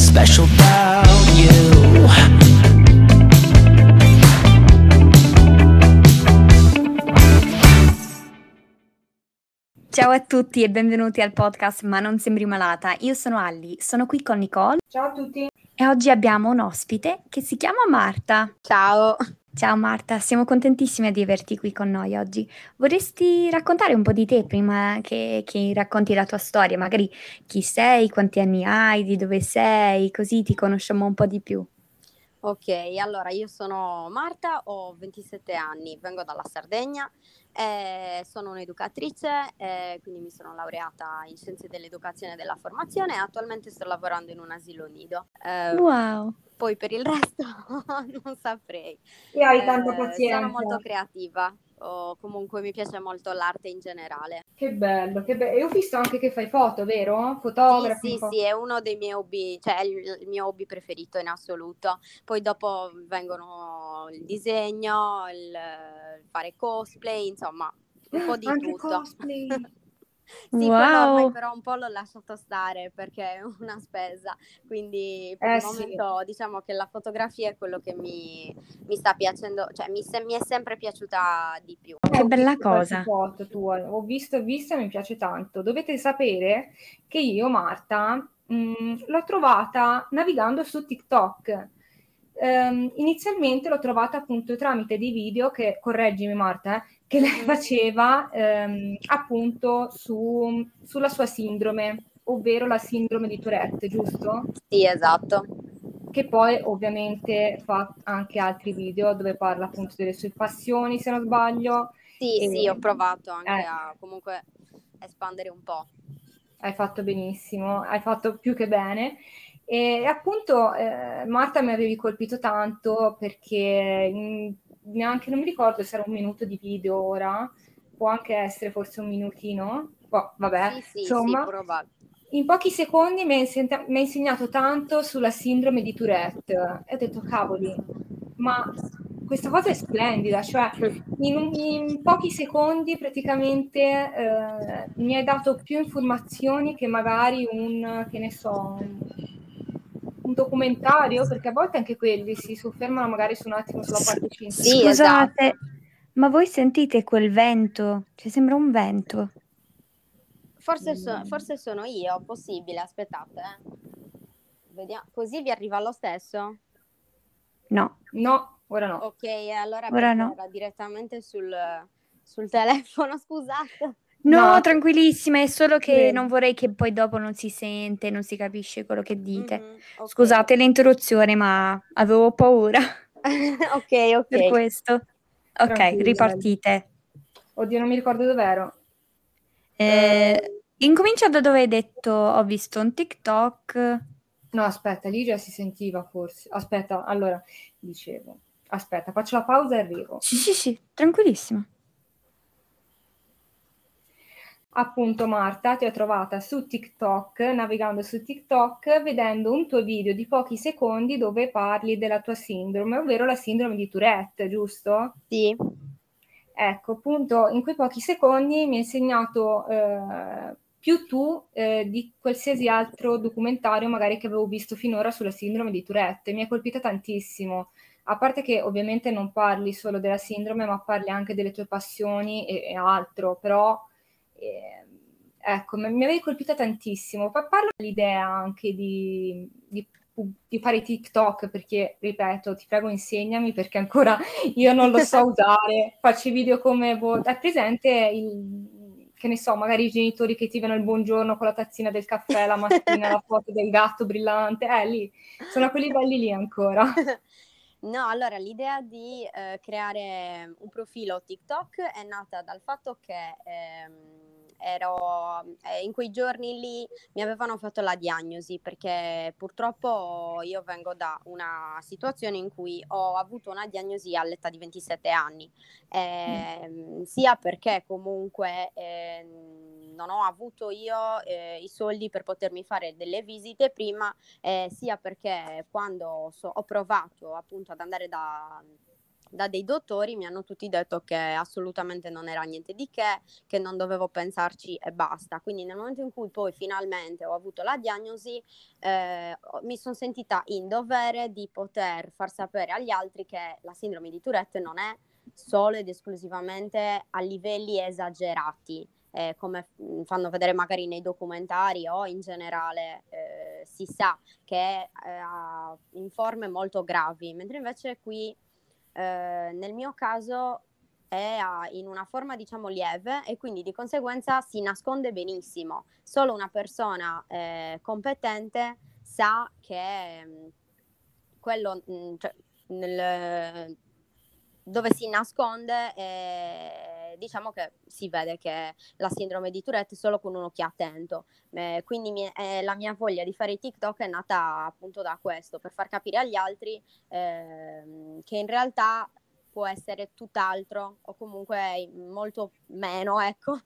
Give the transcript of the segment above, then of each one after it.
special about you. Ciao a tutti e benvenuti al podcast Ma non sembri malata. Io sono Alli, sono qui con Nicole. Ciao a tutti. E oggi abbiamo un ospite che si chiama Marta. Ciao. Ciao Marta, siamo contentissime di averti qui con noi oggi. Vorresti raccontare un po' di te prima che racconti la tua storia? Magari chi sei, quanti anni hai, di dove sei, così ti conosciamo un po' di più. Ok, allora io sono Marta, ho 27 anni, vengo dalla Sardegna, sono un'educatrice, quindi mi sono laureata in Scienze dell'Educazione e della Formazione e attualmente sto lavorando in un asilo nido. Wow! Poi per il resto non saprei. E hai tanta pazienza. Sono molto creativa, o comunque mi piace molto l'arte in generale. Che bello, che bello. E ho visto anche che fai foto, vero? Fotografi. Sì, è uno dei miei hobby, cioè è il mio hobby preferito in assoluto. Poi dopo vengono il disegno, il fare cosplay, insomma, un po' di Anche tutto. cosplay. Sì, Wow. quello ormai però un po' l'ho lasciato stare perché è una spesa, quindi per il momento diciamo che la fotografia è quello che mi sta piacendo, cioè mi è sempre piaciuta di più. Che bella qualche cosa. foto tua, ho visto e mi piace tanto. Dovete sapere che io, Marta, l'ho trovata navigando su TikTok. Inizialmente l'ho trovata appunto tramite dei video che, correggimi Marta, che lei faceva appunto sulla sua sindrome, ovvero la sindrome di Tourette, giusto? Sì, esatto. Che poi ovviamente fa anche altri video dove parla appunto delle sue passioni, se non sbaglio. Sì, ho provato anche a comunque espandere un po'. Hai fatto benissimo, hai fatto più che bene. E appunto Marta mi avevi colpito tanto perché neanche non mi ricordo se era un minuto di video ora, può anche essere forse un minutino, vabbè, Sì, insomma, probabile. in pochi secondi mi ha insegnato tanto sulla sindrome di Tourette e ho detto cavoli, ma questa cosa è splendida, cioè in pochi secondi praticamente mi hai dato più informazioni che magari un documentario, perché a volte anche quelli si soffermano magari su un attimo sulla parte scientifica. Sì, Scusate, esatto. ma voi sentite quel vento? Cioè sembra un vento. Forse sono io, possibile, aspettate. Vediamo, così vi arriva lo stesso? No, ora no. Ok, allora ora perché no. era direttamente sul telefono, scusate. No, tranquillissima, è solo che Sì. non vorrei che poi dopo non si sente, non si capisce quello che dite. Okay. Scusate l'interruzione, ma avevo paura Ok. per questo. Ok, Tranquilla. ripartite. Oddio, non mi ricordo dov'ero. Incomincia da dove hai detto ho visto un TikTok. No, aspetta, lì già si sentiva forse. Aspetta, allora, dicevo. Aspetta, faccio la pausa e arrivo. Sì, tranquillissima. Appunto, Marta, ti ho trovata su TikTok, navigando su TikTok, vedendo un tuo video di pochi secondi dove parli della tua sindrome, ovvero la sindrome di Tourette, giusto? Sì. Ecco, appunto, in quei pochi secondi mi hai insegnato più tu di qualsiasi altro documentario magari che avevo visto finora sulla sindrome di Tourette. Mi ha colpita tantissimo. A parte che ovviamente non parli solo della sindrome, ma parli anche delle tue passioni e altro, però ecco, mi avevi colpita tantissimo. Parlo dell'idea anche di fare TikTok, perché, ripeto, ti prego insegnami, perché ancora io non lo so usare. Faccio i video come... È presente che ne so, magari i genitori che ti vedono il buongiorno con la tazzina del caffè la mattina, la foto del gatto brillante, lì, sono a quei livelli lì ancora. No, allora l'idea di creare un profilo TikTok è nata dal fatto che ero in quei giorni lì mi avevano fatto la diagnosi, perché purtroppo io vengo da una situazione in cui ho avuto una diagnosi all'età di 27 anni, sia perché comunque non ho avuto io i soldi per potermi fare delle visite prima, sia perché quando ho provato appunto ad andare da dei dottori mi hanno tutti detto che assolutamente non era niente di che non dovevo pensarci e basta. Quindi nel momento in cui poi finalmente ho avuto la diagnosi, mi sono sentita in dovere di poter far sapere agli altri che la sindrome di Tourette non è solo ed esclusivamente a livelli esagerati, come fanno vedere magari nei documentari o in generale si sa che è in forme molto gravi, mentre invece qui nel mio caso è in una forma diciamo lieve e quindi di conseguenza si nasconde benissimo. Solo una persona competente sa che quello cioè, dove si nasconde diciamo che si vede che la sindrome di Tourette solo con un occhio attento. Quindi la mia voglia di fare i TikTok è nata appunto da questo, per far capire agli altri che in realtà può essere tutt'altro o comunque molto meno, ecco.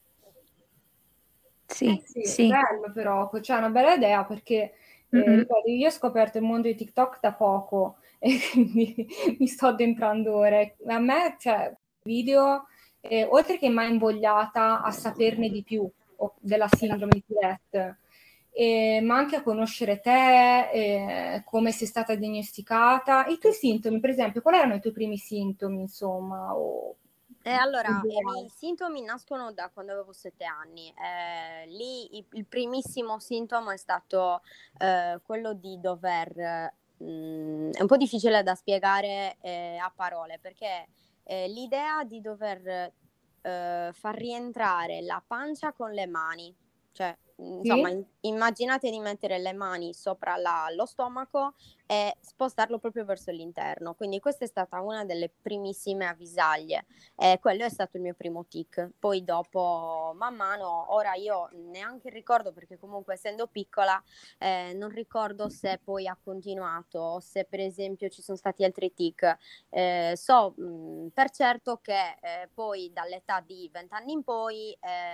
Sì, Sì, sì. bello però, cioè è una bella idea perché Mm-mm. ripeto, io ho scoperto il mondo di TikTok da poco e quindi mi sto addentrando ora. E a me, cioè, video, oltre che mai invogliata a saperne di più della sindrome di Tourette, ma anche a conoscere te, come sei stata diagnosticata, i tuoi sintomi, per esempio, quali erano i tuoi primi sintomi, insomma? Allora, i miei sintomi nascono da quando avevo 7 anni. Lì il primissimo sintomo è stato quello di dover, è un po' difficile da spiegare a parole, perché l'idea di dover far rientrare la pancia con le mani, cioè insomma Sì? immaginate di mettere le mani sopra lo stomaco e spostarlo proprio verso l'interno, quindi questa è stata una delle primissime avvisaglie. Quello è stato il mio primo tic. Poi dopo, man mano, ora io neanche ricordo perché comunque essendo piccola non ricordo se poi ha continuato o se per esempio ci sono stati altri tic. So per certo che poi dall'età di 20 anni in poi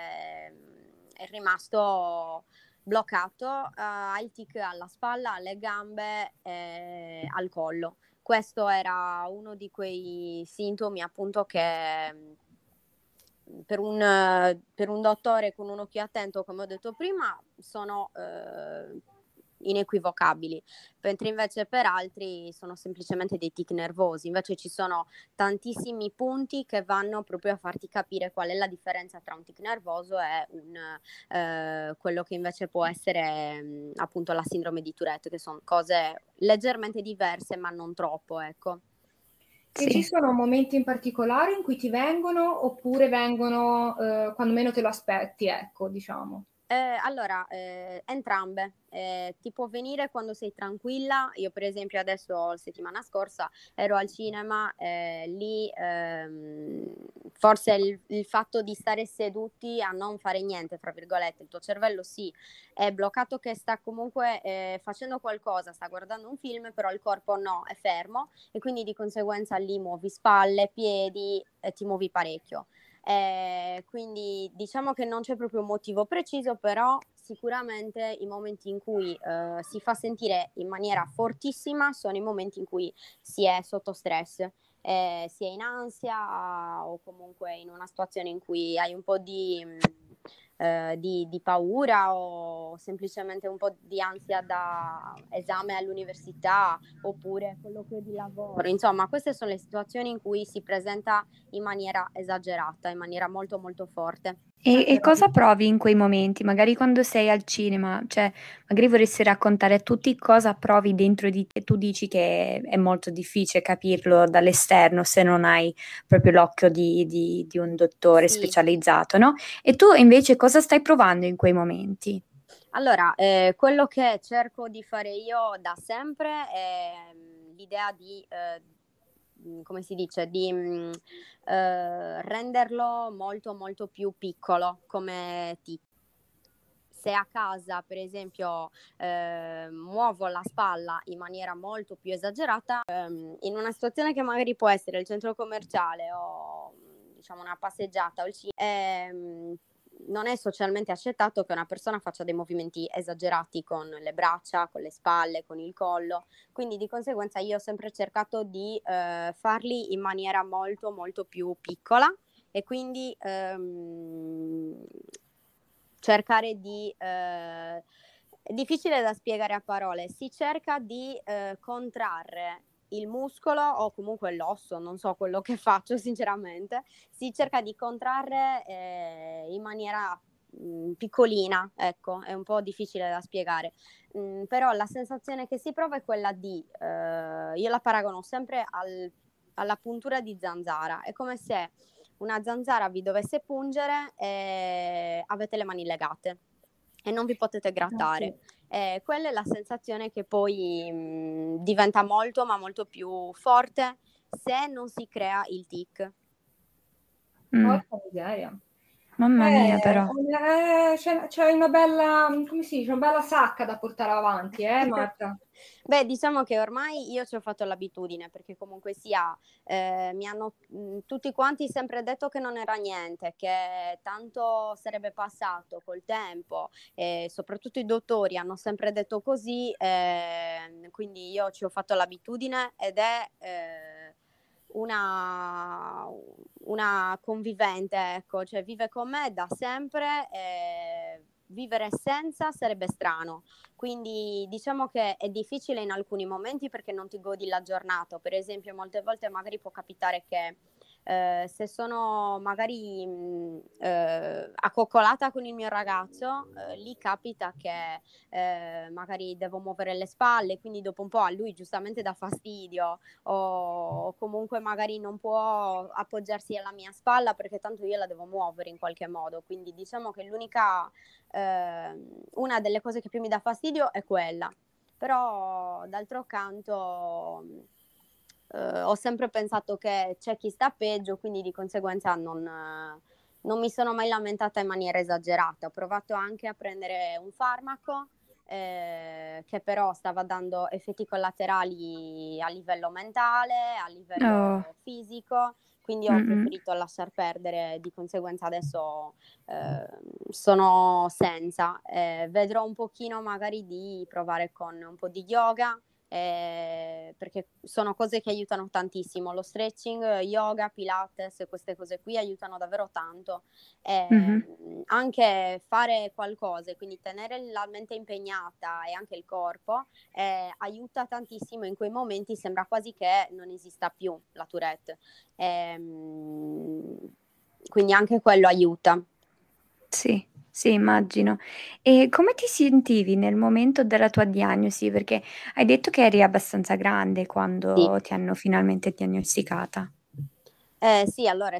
è rimasto bloccato, ha il tic alla spalla, alle gambe, al collo. Questo era uno di quei sintomi appunto che per un dottore con un occhio attento, come ho detto prima, sono inequivocabili, mentre invece per altri sono semplicemente dei tic nervosi. Invece ci sono tantissimi punti che vanno proprio a farti capire qual è la differenza tra un tic nervoso e quello che invece può essere appunto la sindrome di Tourette, che sono cose leggermente diverse ma non troppo, ecco. E ci sono momenti in particolare in cui ti vengono oppure vengono quando meno te lo aspetti, ecco, diciamo. Allora, entrambe. Ti può venire quando sei tranquilla. Io per esempio adesso, la settimana scorsa, ero al cinema, lì forse il fatto di stare seduti a non fare niente, fra virgolette, il tuo cervello sì, è bloccato che sta comunque facendo qualcosa, sta guardando un film, però il corpo no, è fermo e quindi di conseguenza lì muovi spalle, piedi e ti muovi parecchio. Quindi diciamo che non c'è proprio un motivo preciso, però sicuramente i momenti in cui si fa sentire in maniera fortissima sono i momenti in cui si è sotto stress, si è in ansia o comunque in una situazione in cui hai un po' di paura o semplicemente un po' di ansia da esame all'università oppure colloquio di lavoro. Insomma, queste sono le situazioni in cui si presenta in maniera esagerata, in maniera molto molto forte. E cosa provi in quei momenti? Magari quando sei al cinema, cioè magari vorresti raccontare a tutti cosa provi dentro di te. Tu dici che è molto difficile capirlo dall'esterno se non hai proprio l'occhio di un dottore Sì. specializzato, no? E tu invece cosa stai provando in quei momenti? Allora, quello che cerco di fare io da sempre è l'idea di, come si dice, di renderlo molto molto più piccolo come tic. Se a casa, per esempio, muovo la spalla in maniera molto più esagerata, in una situazione che magari può essere il centro commerciale o diciamo una passeggiata o il cinema, non è socialmente accettato che una persona faccia dei movimenti esagerati con le braccia, con le spalle, con il collo, quindi di conseguenza io ho sempre cercato di farli in maniera molto molto più piccola e quindi cercare di... è difficile da spiegare a parole, si cerca di contrarre il muscolo o comunque l'osso, non so quello che faccio sinceramente, si cerca di contrarre in maniera piccolina, ecco, è un po' difficile da spiegare, però la sensazione che si prova è quella di, io la paragono sempre alla puntura di zanzara, è come se una zanzara vi dovesse pungere e avete le mani legate e non vi potete grattare. Quella è la sensazione che poi diventa molto ma molto più forte se non si crea il tic. Porca miseria. Mamma mia, però. C'è una bella, come si dice, una bella sacca da portare avanti, Marta? Beh, diciamo che ormai io ci ho fatto l'abitudine perché comunque sia mi hanno tutti quanti sempre detto che non era niente, che tanto sarebbe passato col tempo, soprattutto i dottori hanno sempre detto così, quindi io ci ho fatto l'abitudine ed è una convivente, ecco, cioè vive con me da sempre. Vivere senza sarebbe strano, quindi diciamo che è difficile in alcuni momenti perché non ti godi la giornata. Per esempio, molte volte magari può capitare che se sono magari accoccolata con il mio ragazzo, lì capita che magari devo muovere le spalle, quindi dopo un po' a lui giustamente dà fastidio o comunque magari non può appoggiarsi alla mia spalla perché tanto io la devo muovere in qualche modo, quindi diciamo che una delle cose che più mi dà fastidio è quella, però d'altro canto ho sempre pensato che c'è chi sta peggio, quindi di conseguenza non mi sono mai lamentata in maniera esagerata. Ho provato anche a prendere un farmaco che però stava dando effetti collaterali a livello mentale, a livello fisico, quindi ho preferito lasciar perdere, di conseguenza adesso sono senza. Vedrò un pochino magari di provare con un po' di yoga, perché sono cose che aiutano tantissimo, lo stretching, yoga, pilates, queste cose qui aiutano davvero tanto, anche fare qualcosa, quindi tenere la mente impegnata e anche il corpo aiuta tantissimo. In quei momenti sembra quasi che non esista più la Tourette, quindi anche quello aiuta. Sì, sì, immagino. E come ti sentivi nel momento della tua diagnosi? Perché hai detto che eri abbastanza grande Sì. quando ti hanno finalmente diagnosticata. Sì, allora è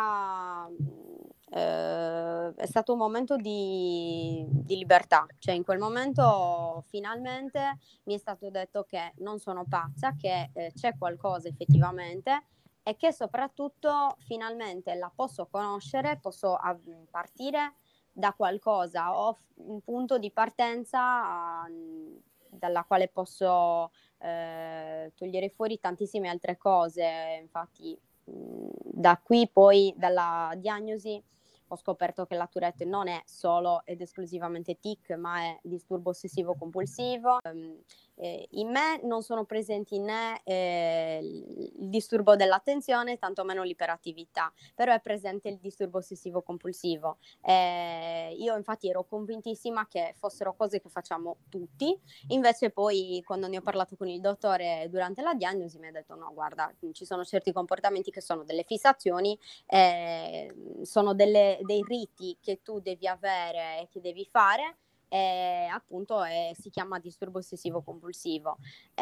stato un momento di libertà, cioè in quel momento finalmente mi è stato detto che non sono pazza, che c'è qualcosa effettivamente e che soprattutto finalmente la posso conoscere, posso partire da qualcosa, ho un punto di partenza dalla quale posso togliere fuori tantissime altre cose. Infatti da qui poi, dalla diagnosi, ho scoperto che la Tourette non è solo ed esclusivamente tic, ma è disturbo ossessivo compulsivo. In me non sono presenti né il disturbo dell'attenzione, tantomeno l'iperattività, però è presente il disturbo ossessivo compulsivo. Io infatti ero convintissima che fossero cose che facciamo tutti, invece poi quando ne ho parlato con il dottore durante la diagnosi mi ha detto no, guarda, ci sono certi comportamenti che sono delle fissazioni, sono dei riti che tu devi avere e che devi fare, appunto si chiama disturbo ossessivo compulsivo.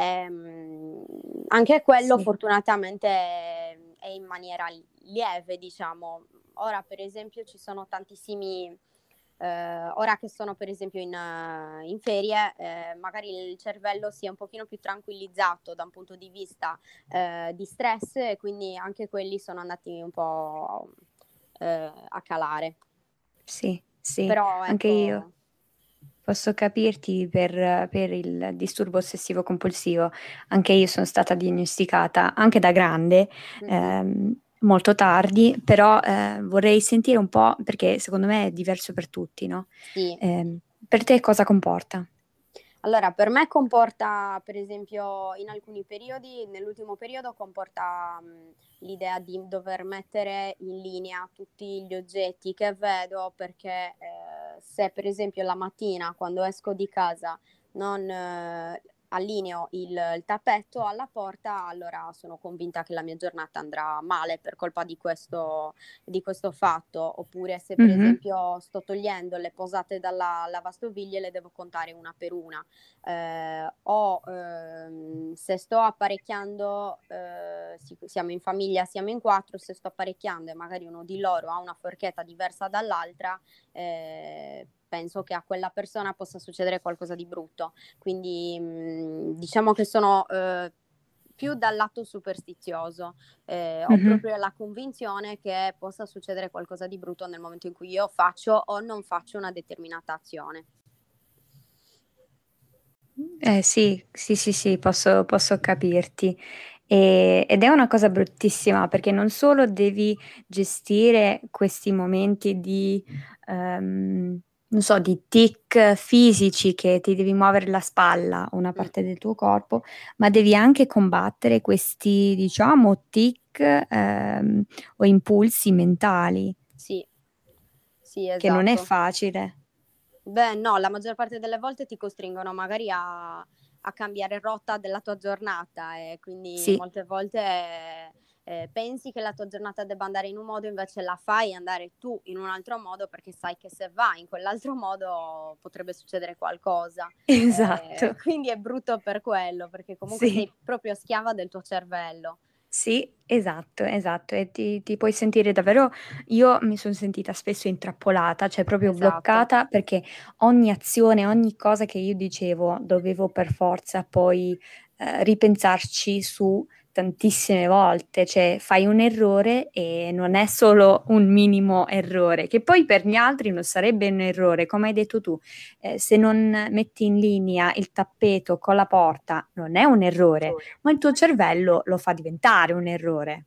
Anche quello Sì. fortunatamente è in maniera lieve, diciamo. Ora per esempio ci sono tantissimi ora che sono per esempio in ferie, magari il cervello si è un pochino più tranquillizzato da un punto di vista di stress, e quindi anche quelli sono andati un po' a calare. Sì, sì, Però anche ecco, io posso capirti per il disturbo ossessivo compulsivo. Anche io sono stata diagnosticata anche da grande. molto tardi, però vorrei sentire un po', perché secondo me è diverso per tutti, no? Sì. Per te cosa comporta? Allora, per me comporta, per esempio, in alcuni periodi, nell'ultimo periodo comporta l'idea di dover mettere in linea tutti gli oggetti che vedo, perché se per esempio la mattina quando esco di casa non allineo il tappeto alla porta, allora sono convinta che la mia giornata andrà male per colpa di questo fatto. Oppure se per esempio sto togliendo le posate dalla lavastoviglie, le devo contare una per una. Se sto apparecchiando, siamo in famiglia, siamo in 4, se sto apparecchiando e magari uno di loro ha una forchetta diversa dall'altra, penso che a quella persona possa succedere qualcosa di brutto. Quindi diciamo che sono più dal lato superstizioso. Ho proprio la convinzione che possa succedere qualcosa di brutto nel momento in cui io faccio o non faccio una determinata azione. Sì, posso capirti. Ed è una cosa bruttissima perché non solo devi gestire questi momenti di, non so, di tic fisici che ti devi muovere la spalla, una parte del tuo corpo, ma devi anche combattere questi, diciamo, tic o impulsi mentali, Sì, che non è esatto. facile. Beh, no, la maggior parte delle volte ti costringono magari a cambiare rotta della tua giornata, e quindi Sì. molte volte pensi che la tua giornata debba andare in un modo, invece la fai andare tu in un altro modo, perché sai che se va in quell'altro modo potrebbe succedere qualcosa. Esatto. Quindi è brutto per quello, perché comunque Sì. sei proprio schiava del tuo cervello. Sì, esatto, e ti puoi sentire davvero. Io mi son sentita spesso intrappolata, cioè proprio Esatto. bloccata, perché ogni azione, ogni cosa che io dicevo dovevo per forza poi, ripensarci su tantissime volte, cioè fai un errore e non è solo un minimo errore, che poi per gli altri non sarebbe un errore, come hai detto tu, se non metti in linea il tappeto con la porta non è un errore, ma il tuo cervello lo fa diventare un errore.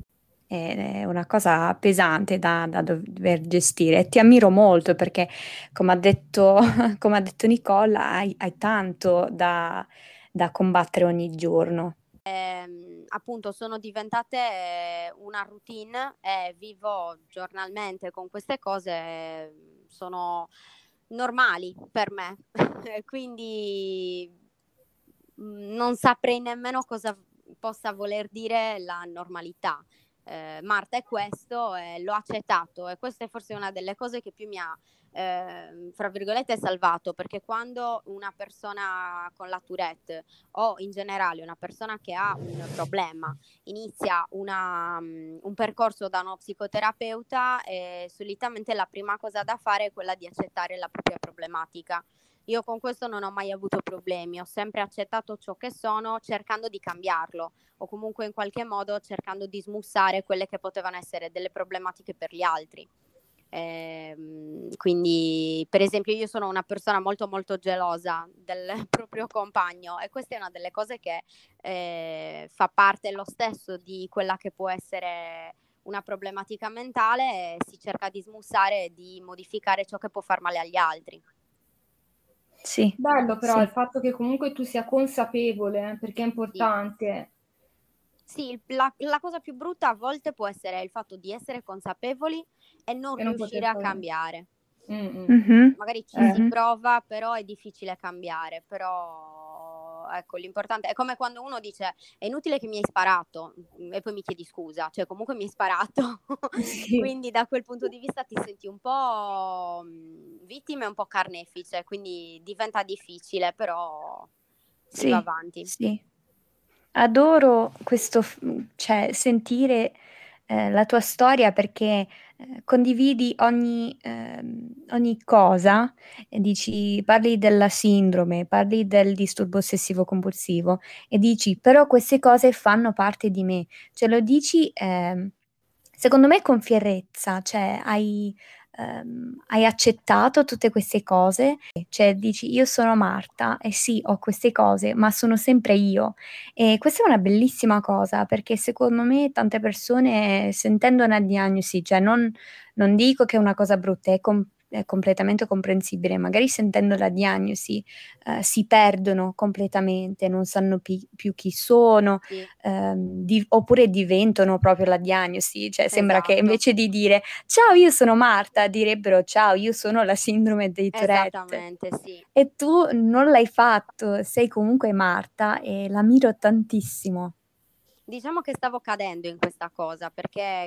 È una cosa pesante da dover gestire e ti ammiro molto perché, come ha detto, come ha detto Nicole, hai tanto da combattere ogni giorno. Appunto sono diventate una routine e vivo giornalmente con queste cose, sono normali per me. Quindi non saprei nemmeno cosa possa voler dire la normalità. Marta è questo e l'ho accettato, e questa è forse una delle cose che più mi ha fra virgolette salvato, perché quando una persona con la Tourette o in generale una persona che ha un problema inizia un percorso da uno psicoterapeuta, solitamente la prima cosa da fare è quella di accettare la propria problematica. Io con questo non ho mai avuto problemi, ho sempre accettato ciò che sono, cercando di cambiarlo, o comunque in qualche modo cercando di smussare quelle che potevano essere delle problematiche per gli altri. Quindi per esempio io sono una persona molto molto gelosa del proprio compagno, e questa è una delle cose che fa parte lo stesso di quella che può essere una problematica mentale, e si cerca di smussare e di modificare ciò che può far male agli altri. Sì. Bello però Sì. il fatto che comunque tu sia consapevole, perché è importante. Sì, la cosa più brutta a volte può essere il fatto di essere consapevoli e non E non riuscire poter a fare. cambiare. Mhm. Magari ci Mhm. si prova, però è difficile cambiare. Però ecco, l'importante è come quando uno dice è inutile che mi hai sparato, e poi mi chiedi scusa, cioè comunque mi hai sparato. Sì. Quindi da quel punto di vista ti senti un po' vittima e un po' carnefice, quindi diventa difficile, però si va avanti. Sì. Adoro questo, cioè sentire la tua storia perché condividi ogni cosa e dici, parli della sindrome, parli del disturbo ossessivo compulsivo e dici, però queste cose fanno parte di me, cioè lo dici secondo me con fierezza, cioè hai accettato tutte queste cose, cioè dici io sono Marta e sì, ho queste cose, ma sono sempre io. E questa è una bellissima cosa perché secondo me tante persone sentendo una diagnosi, cioè non dico che è una cosa brutta, è completamente comprensibile, magari sentendo la diagnosi si perdono completamente, non sanno più chi sono, Sì, oppure diventano proprio la diagnosi, cioè sembra che esatto, invece di dire ciao io sono Marta, direbbero ciao io sono la sindrome di Tourette. esattamente, sì. E tu non l'hai fatto, sei comunque Marta e l'ammiro tantissimo. Diciamo che stavo cadendo in questa cosa perché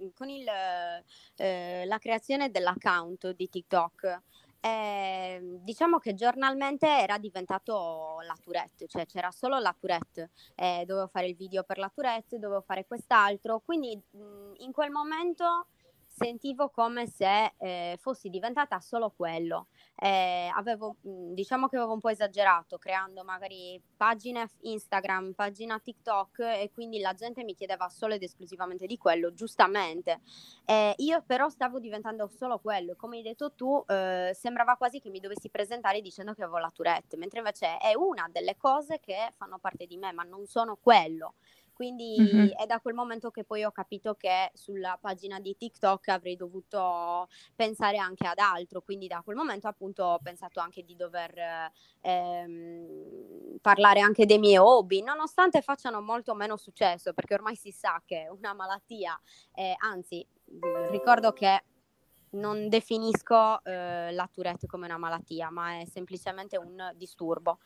la creazione dell'account di TikTok, diciamo che giornalmente era diventato la Tourette, cioè c'era solo la Tourette, dovevo fare il video per la Tourette, dovevo fare quest'altro, quindi in quel momento sentivo come se fossi diventata solo quello. Diciamo che avevo un po' esagerato creando magari pagine Instagram, pagina TikTok e quindi la gente mi chiedeva solo ed esclusivamente di quello, giustamente. Io però stavo diventando solo quello, come hai detto tu, sembrava quasi che mi dovessi presentare dicendo che avevo la Tourette, mentre invece è una delle cose che fanno parte di me, ma non sono quello. Quindi è da quel momento che poi ho capito che sulla pagina di TikTok avrei dovuto pensare anche ad altro, quindi da quel momento appunto ho pensato anche di dover parlare anche dei miei hobby, nonostante facciano molto meno successo, perché ormai si sa che è una malattia, anzi ricordo che non definisco la Tourette come una malattia, ma è semplicemente un disturbo.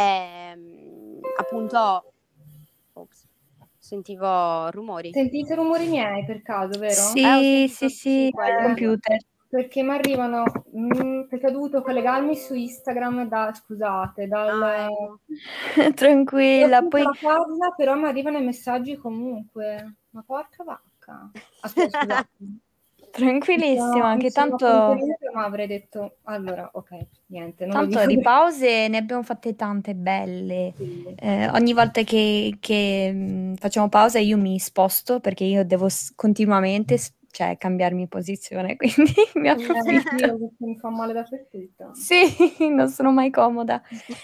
Appunto, ops, sentivo rumori. Sentite rumori miei per caso, vero? Ho Sì, sentito sì, quello il io. computer. Perché mi arrivano, perché ho dovuto collegarmi su Instagram scusate, Ecco. ho Tranquilla, finito poi la pausa, però mi arrivano i messaggi comunque. Ma porca vacca. Aspetta, scusate. tranquillissima, Mi che sono tanto, contenuta, ma avrei detto, allora, ok, niente, non lo tanto dico di perché. pause ne abbiamo fatte tante belle. Sì. Ogni volta che facciamo pausa io mi sposto perché io devo continuamente cioè, cambiarmi posizione, quindi mi approfitto. Io perché mi fa male dappertutto. Sì, non sono mai comoda.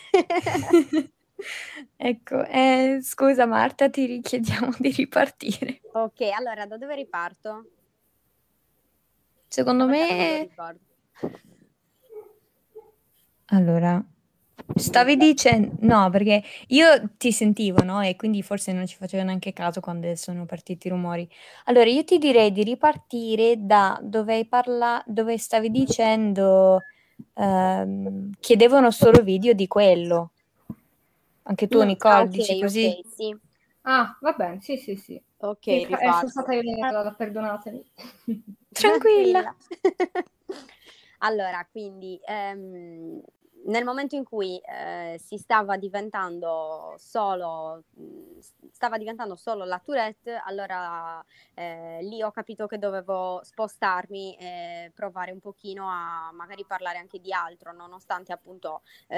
Ecco, scusa Marta, ti richiediamo di ripartire. Ok, allora da dove riparto? Secondo Stavolta non me lo me, ricordo. allora, stavi dicendo, no, perché io ti sentivo, no? E quindi forse non ci facevo neanche caso quando sono partiti i rumori. Allora, io ti direi di ripartire da dove dove stavi dicendo che devono solo video di quello. Anche tu, Nicole, Ok, dici così? ok, sì. Ah, va bene, sì, sì, sì. Ok, Sono riparto. stata io lenta, perdonatemi. Tranquilla. Tranquilla. Allora, quindi nel momento in cui stava diventando solo la Tourette, allora lì ho capito che dovevo spostarmi e provare un pochino a magari parlare anche di altro, nonostante appunto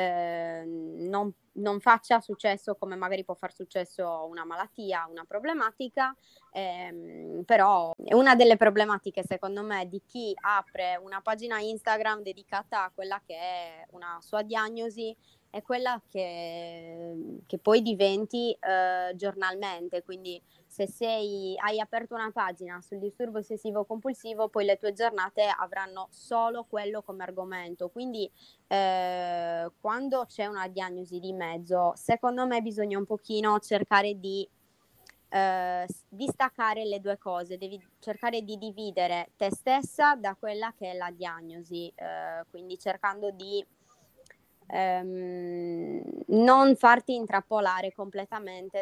non faccia successo come magari può far successo una malattia, una problematica. Però è una delle problematiche secondo me di chi apre una pagina Instagram dedicata a quella che è una sua diagnosi è quella che poi diventi giornalmente, quindi se hai aperto una pagina sul disturbo ossessivo compulsivo, poi le tue giornate avranno solo quello come argomento, quindi quando c'è una diagnosi di mezzo, secondo me bisogna un pochino cercare di distaccare le due cose, devi cercare di dividere te stessa da quella che è la diagnosi, quindi cercando di non farti intrappolare completamente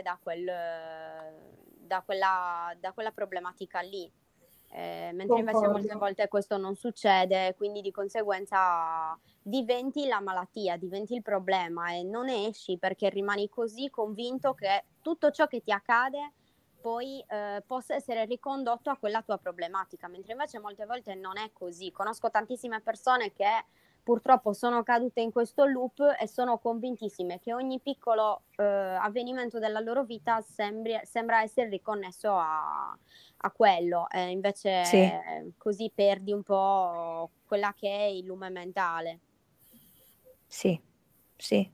da quella problematica lì. Mentre invece molte Concordo. volte questo non succede, quindi di conseguenza diventi la malattia, diventi il problema e non esci perché rimani così convinto che tutto ciò che ti accade poi possa essere ricondotto a quella tua problematica, mentre invece molte volte non è così. Conosco tantissime persone che purtroppo sono cadute in questo loop e sono convintissime che ogni piccolo avvenimento della loro vita sembra essere riconnesso a quello, e Sì, invece così perdi un po' quella che è il lume mentale. sì, sì.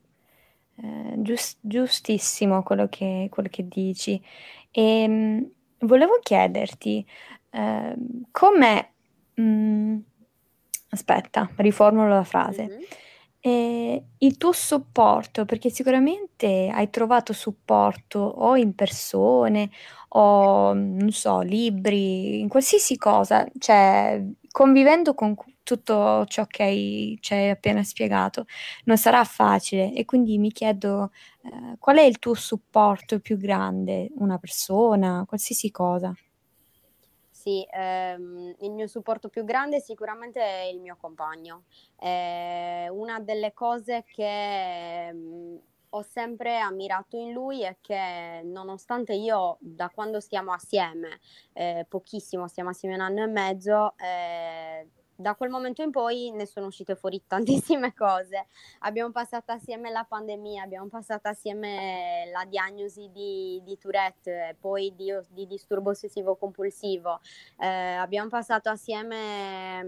Giustissimo quello che dici. Volevo chiederti, come... mm, aspetta, riformulo la frase. Mhm. Il tuo supporto, perché sicuramente hai trovato supporto o in persone o, non so, libri, in qualsiasi cosa, cioè convivendo con tutto ciò che ci hai appena spiegato, non sarà facile e quindi mi chiedo, qual è il tuo supporto più grande? Una persona, qualsiasi cosa. Sì, il mio supporto più grande sicuramente è il mio compagno. Una delle cose che ho sempre ammirato in lui è che nonostante io da quando stiamo assieme, pochissimo, stiamo assieme 1 anno e mezzo, da quel momento in poi ne sono uscite fuori tantissime cose. Abbiamo passato assieme la pandemia, abbiamo passato assieme la diagnosi di Tourette, poi di disturbo ossessivo compulsivo. Abbiamo passato assieme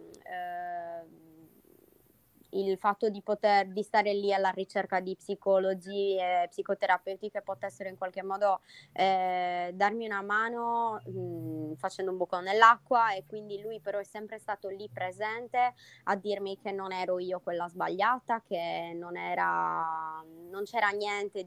il fatto di stare lì alla ricerca di psicologi e psicoterapeuti che potessero in qualche modo darmi una mano facendo un buco nell'acqua, e quindi lui però è sempre stato lì presente a dirmi che non ero io quella sbagliata, che non c'era niente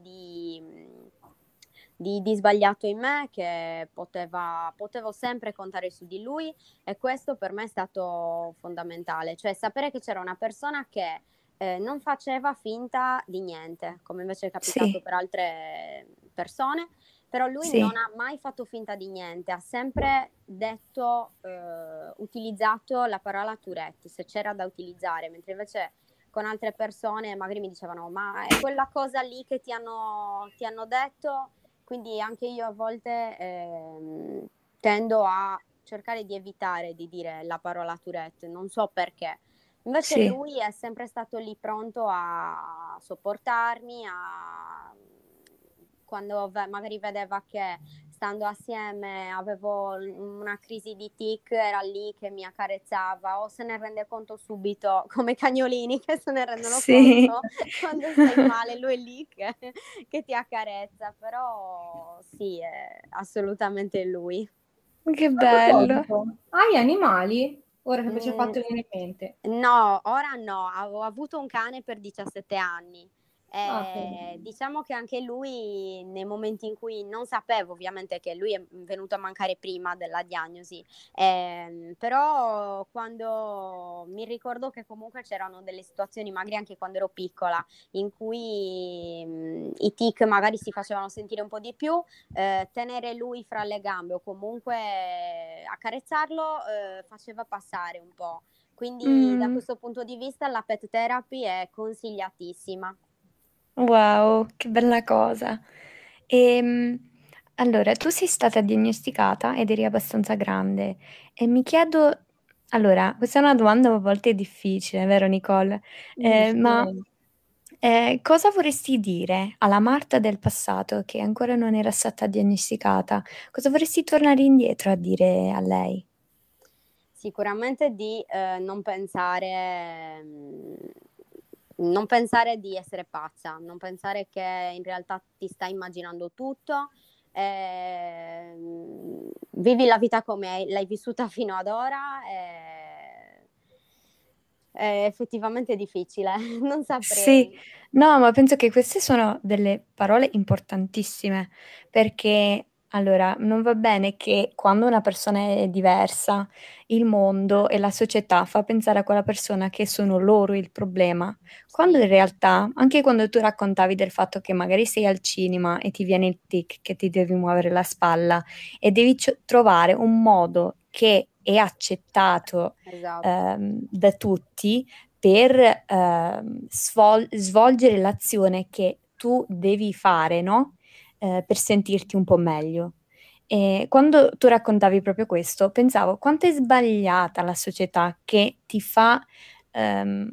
di sbagliato in me, che potevo sempre contare su di lui, e questo per me è stato fondamentale, cioè sapere che c'era una persona che non faceva finta di niente, come invece è capitato Sì, per altre persone, però lui non sì, ha mai fatto finta di niente, ha sempre detto, utilizzato la parola Tourette se c'era da utilizzare, mentre invece con altre persone magari mi dicevano ma è quella cosa lì che ti hanno detto. Quindi anche io a volte tendo a cercare di evitare di dire la parola Tourette, non so perché. Invece sì, lui è sempre stato lì pronto a sopportarmi, quando magari vedeva che stando assieme avevo una crisi di tic, era lì che mi accarezzava, o se ne rende conto subito, come i cagnolini che se ne rendono sì. conto quando stai male, lui è lì che ti accarezza, però sì, è assolutamente lui. Che A bello. proposito, hai animali? Ora che mi ci ha Mm, fatto venire in mente. no, ora no, avevo avuto un cane per 17 anni. Ah, ok. Diciamo che anche lui, nei momenti in cui non sapevo ovviamente che lui è venuto a mancare prima della diagnosi, però quando mi ricordo che comunque c'erano delle situazioni, magari anche quando ero piccola, in cui i tic magari si facevano sentire un po' di più, tenere lui fra le gambe o comunque accarezzarlo faceva passare un po'. Quindi da Mm, questo punto di vista la pet therapy è consigliatissima. wow, che bella cosa. Ehm, allora, tu sei stata diagnosticata ed eri abbastanza grande e mi chiedo, allora, questa è una domanda a volte difficile, vero Nicole? Ma Sicuramente. cosa vorresti dire alla Marta del passato che ancora non era stata diagnosticata? Cosa vorresti tornare indietro a dire a lei? Sicuramente di non pensare di essere pazza, non pensare che in realtà ti stai immaginando tutto. Vivi la vita come l'hai vissuta fino ad ora. È effettivamente difficile, non Sì, saprei. no, ma penso che queste sono delle parole importantissime perché allora non va bene che quando una persona è diversa, il mondo e la società fa pensare a quella persona che sono loro il problema, quando Sì, in realtà, anche quando tu raccontavi del fatto che magari sei al cinema e ti viene il tic, che ti devi muovere la spalla e devi trovare un modo che è accettato esatto. da tutti per svolgere l'azione che tu devi fare, no? Per sentirti un po' meglio. E quando tu raccontavi proprio questo, pensavo quanto è sbagliata la società che ti fa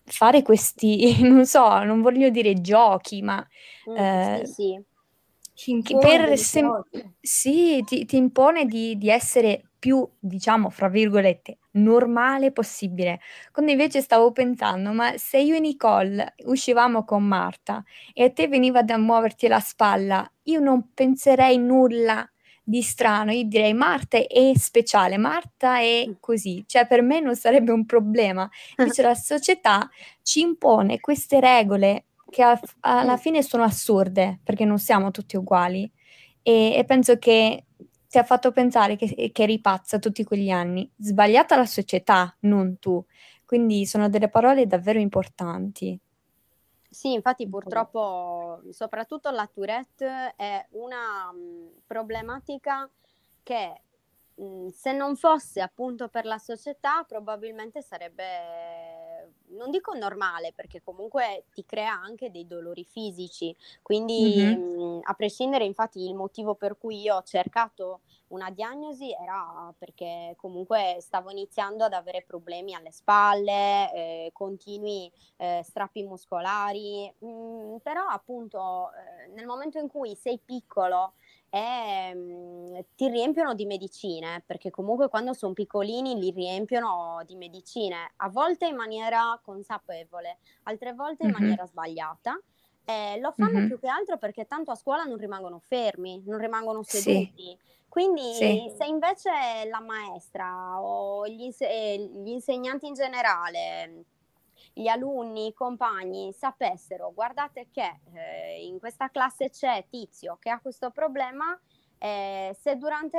fare questi, non so, non voglio dire giochi, ma Sì, sì. Ci impone delle cose. sì, ti impone di essere più, diciamo, fra virgolette, normale possibile. Quando invece stavo pensando, ma se io e Nicole uscivamo con Marta e a te veniva da muoverti la spalla, io non penserei nulla di strano, io direi Marta è speciale, Marta è così, cioè per me non sarebbe un problema. Invece la società ci impone queste regole che alla fine sono assurde, perché non siamo tutti uguali e penso che ti ha fatto pensare che eri pazza tutti quegli anni. Sbagliata la società, non tu. Quindi sono delle parole davvero importanti. Sì, infatti purtroppo soprattutto la Tourette è una problematica che se non fosse appunto per la società probabilmente sarebbe, non dico normale, perché comunque ti crea anche dei dolori fisici, quindi Mhm. a prescindere, infatti il motivo per cui io ho cercato una diagnosi era perché comunque stavo iniziando ad avere problemi alle spalle, continui strappi muscolari, però appunto nel momento in cui sei piccolo e ti riempiono di medicine, perché comunque quando sono piccolini li riempiono di medicine, a volte in maniera consapevole, altre volte in Mhm. maniera sbagliata. Lo fanno Mhm. più che altro perché tanto a scuola non rimangono fermi, non rimangono Sì, seduti. Quindi sì. se invece la maestra o gli insegnanti in generale, gli alunni, i compagni sapessero, guardate che in questa classe c'è Tizio che ha questo problema, se durante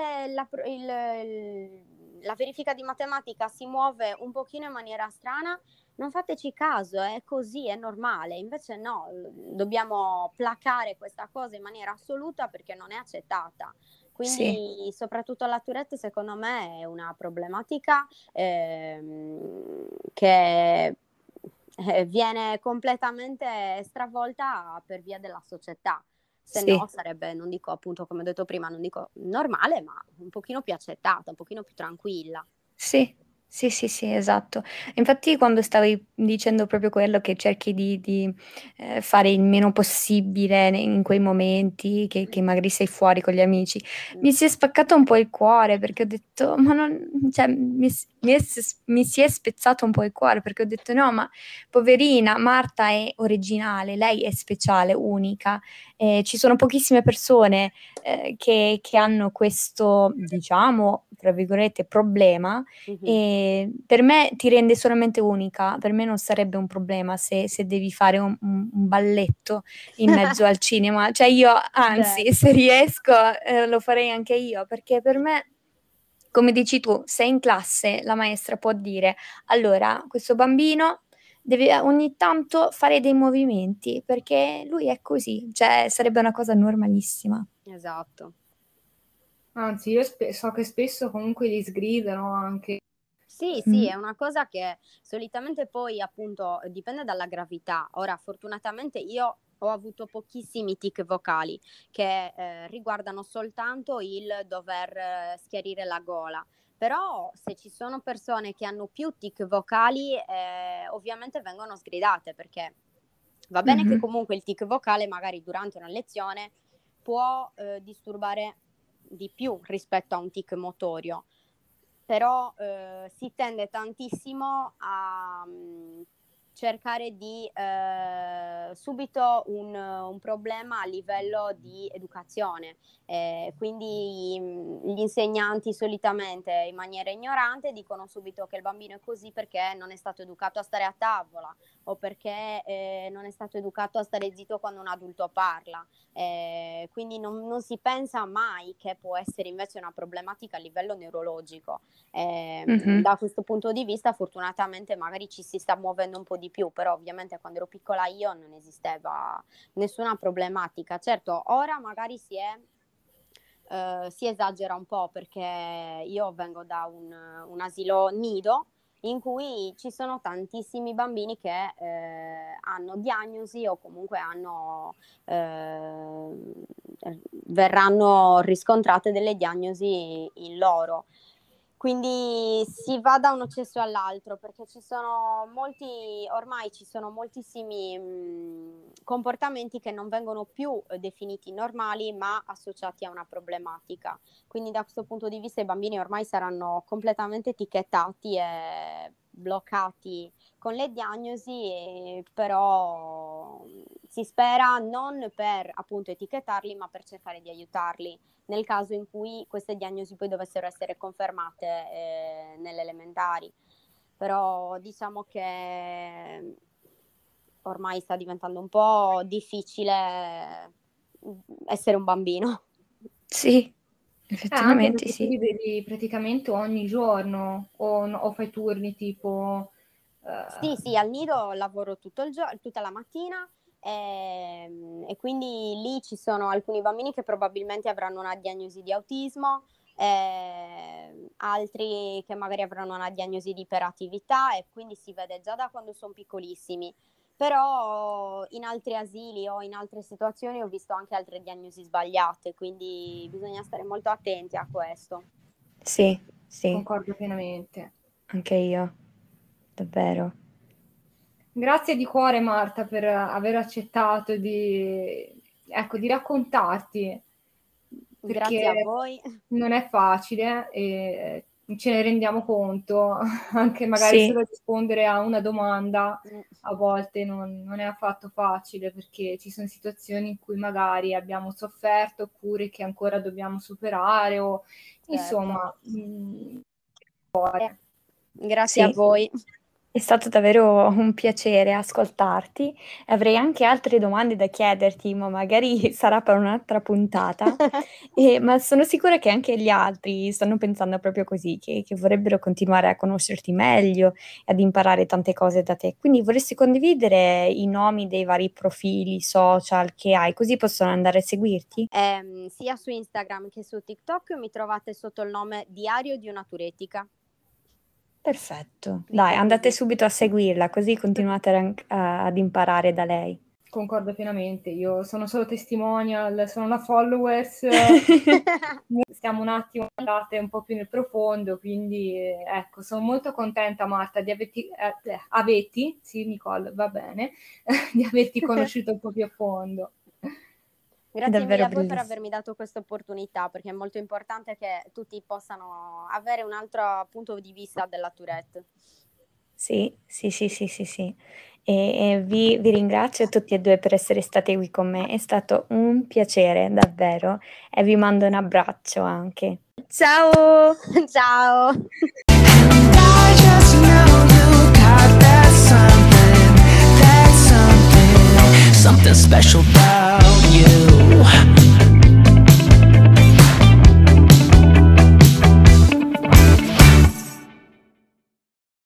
la verifica di matematica si muove un pochino in maniera strana, non fateci caso, è così, è normale. Invece no, dobbiamo placare questa cosa in maniera assoluta perché non è accettata. Sì. Quindi soprattutto la Tourette secondo me è una problematica che viene completamente stravolta per via della società. Se no Sì. sarebbe, non dico appunto come ho detto prima, non dico normale, ma un pochino più accettata, un pochino più tranquilla. Sì, sì, sì, sì, esatto. Infatti quando stavi dicendo proprio quello che cerchi di fare il meno possibile in quei momenti che magari sei fuori con gli amici, mi si è spaccato un po' il cuore perché ho detto, ma non, cioè, mi si è spezzato un po' il cuore perché ho detto no, ma poverina, Marta è originale, lei è speciale, unica, ci sono pochissime persone che hanno questo, diciamo, tra virgolette, problema Mhm. e per me ti rende solamente unica, per me non sarebbe un problema se devi fare un balletto in mezzo al cinema, cioè io anzi Certo. se riesco lo farei anche io perché per me, come dici tu, se in classe la maestra può dire allora questo bambino deve ogni tanto fare dei movimenti perché lui è così, cioè sarebbe una cosa normalissima. Esatto. Anzi, io so che spesso comunque li sgridano anche. Sì, sì, Mm. è una cosa che solitamente poi appunto dipende dalla gravità. Ora, fortunatamente io ho avuto pochissimi tic vocali che riguardano soltanto il dover schiarire la gola. Però se ci sono persone che hanno più tic vocali, ovviamente vengono sgridate perché va bene che Mhm. comunque il tic vocale magari durante una lezione può disturbare di più rispetto a un tic motorio, però si tende tantissimo a cercare di subito un problema a livello di educazione. Quindi gli insegnanti solitamente in maniera ignorante dicono subito che il bambino è così perché non è stato educato a stare a tavola o perché non è stato educato a stare zitto quando un adulto parla. Quindi non si pensa mai che può essere invece una problematica a livello neurologico. Mhm. Da questo punto di vista fortunatamente magari ci si sta muovendo un po' di più, però ovviamente quando ero piccola io non esisteva nessuna problematica. Certo, ora magari si esagera un po' perché io vengo da un asilo nido in cui ci sono tantissimi bambini che hanno diagnosi o comunque verranno riscontrate delle diagnosi in loro. Quindi si va da un accesso all'altro, perché ormai ci sono moltissimi comportamenti che non vengono più definiti normali, ma associati a una problematica. Quindi da questo punto di vista i bambini ormai saranno completamente etichettati e bloccati con le diagnosi, però si spera non per appunto etichettarli, ma per cercare di aiutarli nel caso in cui queste diagnosi poi dovessero essere confermate nelle elementari. Però diciamo che ormai sta diventando un po' difficile essere un bambino. Sì, Anche effettivamente perché tu sì. li vedi praticamente ogni giorno o fai turni tipo... Sì, al nido lavoro tutta la mattina e quindi lì ci sono alcuni bambini che probabilmente avranno una diagnosi di autismo, altri che magari avranno una diagnosi di iperattività e quindi si vede già da quando sono piccolissimi. Però in altri asili o in altre situazioni ho visto anche altre diagnosi sbagliate, quindi bisogna stare molto attenti a questo. Sì, sì, Concordo pienamente. anche io, davvero. Grazie di cuore Marta per aver accettato di raccontarti, Grazie a perché voi. non è facile e ce ne rendiamo conto, anche magari Sì, solo rispondere a una domanda Mm. a volte non è affatto facile, perché ci sono situazioni in cui magari abbiamo sofferto oppure che ancora dobbiamo superare o insomma, Grazie a sì. voi. È stato davvero un piacere ascoltarti. Avrei anche altre domande da chiederti, ma magari sarà per un'altra puntata. Ma sono sicura che anche gli altri stanno pensando proprio così, che vorrebbero continuare a conoscerti meglio e ad imparare tante cose da te. Quindi vorresti condividere i nomi dei vari profili social che hai, così possono andare a seguirti? Sia su Instagram che su TikTok mi trovate sotto il nome Diario di una Turetica. Perfetto. Dai, Scritto andate così. subito a seguirla, così continuate ad imparare da lei. concordo pienamente, io sono solo testimonial, sono una followers, stiamo un attimo andate un po' più nel profondo, quindi ecco, sono molto contenta Marta di averti, sì Nicole, va bene, di averti conosciuto un po' più a fondo. È Grazie mille davvero a voi per bellissimo. avermi dato questa opportunità, perché è molto importante che tutti possano avere un altro punto di vista della Tourette. Sì, sì, sì, sì, sì, sì. E vi ringrazio tutti e due per essere state qui con me. È stato un piacere, davvero, e vi mando un abbraccio anche. Ciao! Ciao!